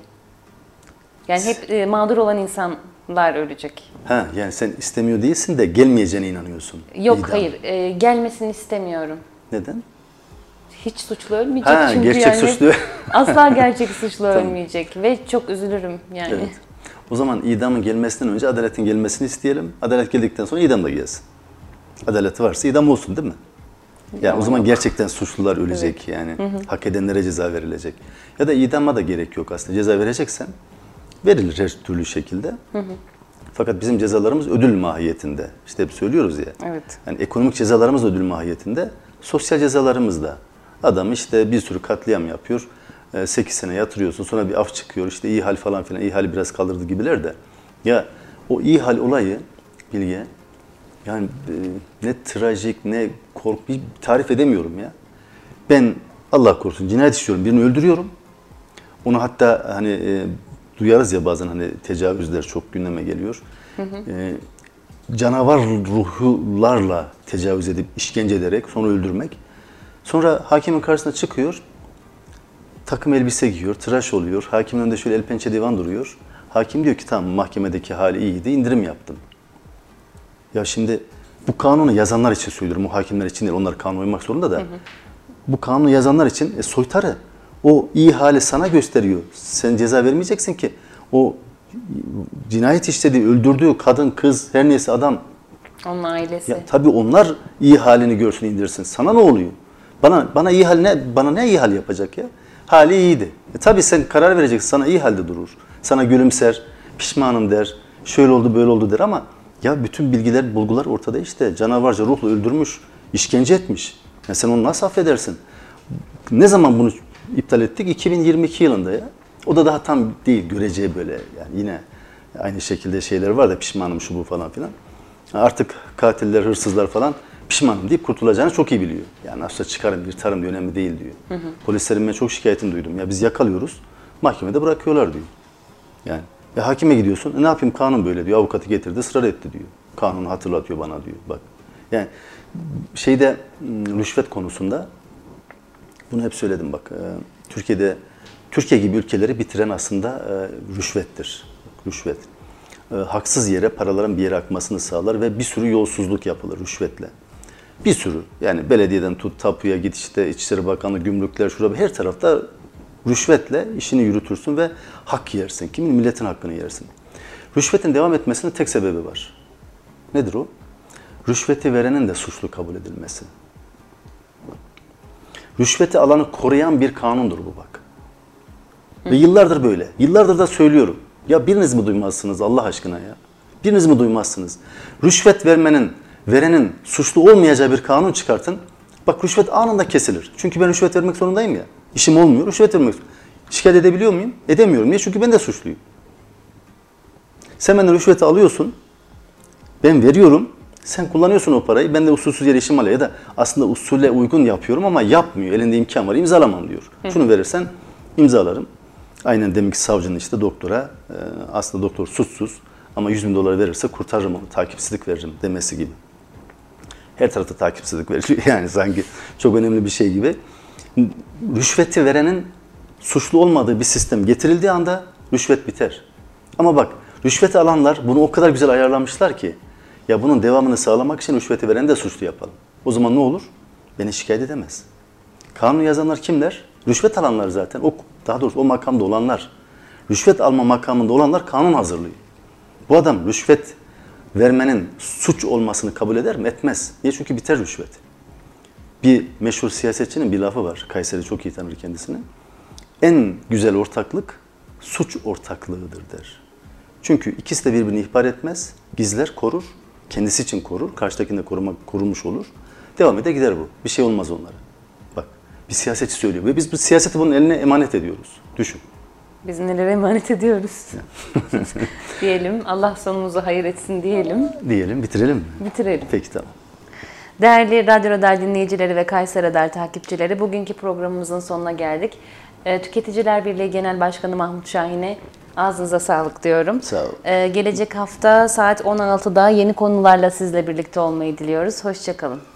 Yani hep mağdur olan insanlar ölecek. Yani sen istemiyor değilsin de gelmeyeceğine inanıyorsun. Yok idam. Hayır, gelmesini istemiyorum. Neden? Hiç suçlu ölmeyecek çünkü gerçek yani suçlu. asla gerçek suçlu ölmeyecek ve çok üzülürüm yani. Evet. O zaman idamın gelmesinden önce adaletin gelmesini isteyelim. Adalet geldikten sonra idam da gelsin. Adalet varsa idam olsun değil mi? Yani o zaman gerçekten suçlular ölecek yani. Hı hı. Hak edenlere ceza verilecek. Ya da idama da gerek yok aslında. Ceza vereceksen verilir her türlü şekilde. Hı hı. Fakat bizim cezalarımız ödül mahiyetinde. İşte hep söylüyoruz ya. Evet. Yani ekonomik cezalarımız ödül mahiyetinde. Sosyal cezalarımız da. Adam işte bir sürü katliam yapıyor. 8 sene yatırıyorsun. Sonra bir af çıkıyor. İşte iyi hal falan filan. İyi hali biraz kaldırdı gibiler de. Ya o iyi hal olayı Bilge, yani ne trajik ne bir tarif edemiyorum ya. Ben Allah korusun cinayet işliyorum. Birini öldürüyorum. Onu hatta hani duyarız ya bazen hani tecavüzler çok gündeme geliyor. Hı hı. Canavar ruhlarla tecavüz edip işkence ederek sonra öldürmek. Sonra hakimin karşısına çıkıyor. Takım elbise giyiyor, tıraş oluyor. Hakimin önünde şöyle el pençe divan duruyor. Hakim diyor ki tamam mahkemedeki hali iyiydi, indirim yaptım. Ya şimdi bu kanunu yazanlar için söylüyorum, o hakimler için değil, onlar kanuna uymak zorunda da. Hı hı. Bu kanunu yazanlar için soytarı. O iyi hali sana gösteriyor. Sen ceza vermeyeceksin ki. O cinayet işlediği, öldürdüğü kadın, kız, her neyse adam. Onun ailesi. Ya, tabii onlar iyi halini görsün, indirsin. Sana ne oluyor? Bana iyi hal ne? Bana ne iyi hal yapacak ya? Hali iyiydi. Tabii sen karar vereceksin. Sana iyi halde durur. Sana gülümser, pişmanım der. Şöyle oldu, böyle oldu der ama ya bütün bilgiler, bulgular ortada işte. Canavarca ruhla öldürmüş, işkence etmiş. Ya sen onu nasıl affedersin? Ne zaman bunu iptal ettik? 2022 yılında ya. O da daha tam değil, göreceği böyle. Yani yine aynı şekilde şeyler var da pişmanım şu bu falan filan. Artık katiller, hırsızlar falan pişmanım deyip kurtulacağını çok iyi biliyor. Yani aslında çıkarım, yırtarım diyor, önemli değil diyor. Hı hı. Polislerin ben çok şikayetini duydum. Ya biz yakalıyoruz, mahkemede bırakıyorlar diyor. Yani Hakime gidiyorsun. Ne yapayım, kanun böyle diyor. Avukatı getirdi, ısrar etti diyor. Kanunu hatırlatıyor bana diyor. Bak. Yani rüşvet konusunda bunu hep söyledim bak. Türkiye gibi ülkeleri bitiren aslında rüşvettir. Rüşvet. Haksız yere paraların bir yere akmasını sağlar ve bir sürü yolsuzluk yapılır rüşvetle. Bir sürü. Yani belediyeden tut, tapuya git, işte İçişleri Bakanlığı, gümrükler, şurada her tarafta rüşvetle işini yürütürsün ve hak yersin. Kimin? Milletin hakkını yersin. Rüşvetin devam etmesinin tek sebebi var. Nedir o? Rüşveti verenin de suçlu kabul edilmesi. Rüşveti alanı koruyan bir kanundur bu bak. Ve yıllardır böyle. Yıllardır da söylüyorum. Ya biriniz mi duymazsınız Allah aşkına ya? Biriniz mi duymazsınız? Rüşvet verenin suçlu olmayacağı bir kanun çıkartın. Bak rüşvet anında kesilir. Çünkü ben rüşvet vermek zorundayım ya. İşim olmuyor, rüşvet vermek zorundayım. Şikayet edebiliyor muyum? Edemiyorum. Niye? Çünkü ben de suçluyum. Sen benden rüşveti alıyorsun. Ben veriyorum. Sen kullanıyorsun o parayı. Ben de usulsüz yere işim alıyor. Ya da aslında usule uygun yapıyorum ama yapmıyor. Elinde imkan var. İmzalamam diyor. Şunu verirsen imzalarım. Aynen deminki savcının işte doktora aslında doktor suçsuz ama 100 bin dolar verirse kurtarırım onu. Takipsizlik veririm demesi gibi. Her tarafta takipsizlik veriliyor. Yani sanki çok önemli bir şey gibi. Rüşveti verenin suçlu olmadığı bir sistem getirildiği anda rüşvet biter. Ama bak rüşveti alanlar bunu o kadar güzel ayarlamışlar ki ya bunun devamını sağlamak için rüşveti vereni de suçlu yapalım. O zaman ne olur? Beni şikayet edemez. Kanunu yazanlar kimler? Rüşvet alanlar zaten. Daha doğrusu o makamda olanlar. Rüşvet alma makamında olanlar kanun hazırlıyor. Bu adam rüşvet vermenin suç olmasını kabul eder mi? Etmez. Niye? Çünkü biter rüşvet. Bir meşhur siyasetçinin bir lafı var. Kayseri çok iyi tanır kendisini. En güzel ortaklık suç ortaklığıdır der. Çünkü ikisi de birbirini ihbar etmez. Gizler, korur. Kendisi için korur. Karşıdakini de korunmuş olur. Devam eder gider bu. Bir şey olmaz onlara. Bak bir siyasetçi söylüyor. Ve biz bu siyaseti bunun eline emanet ediyoruz. Düşün. Biz nelere emanet ediyoruz? Diyelim. Allah sonumuzu hayır etsin diyelim. Diyelim. Bitirelim mi? Bitirelim. Peki tamam. Değerli Radyo Radar dinleyicileri ve Kayseri Radar takipçileri, bugünkü programımızın sonuna geldik. Tüketiciler Birliği Genel Başkanı Mahmut Şahin'e ağzınıza sağlık diyorum. Sağ olun. Gelecek hafta saat 16'da yeni konularla sizle birlikte olmayı diliyoruz. Hoşça kalın.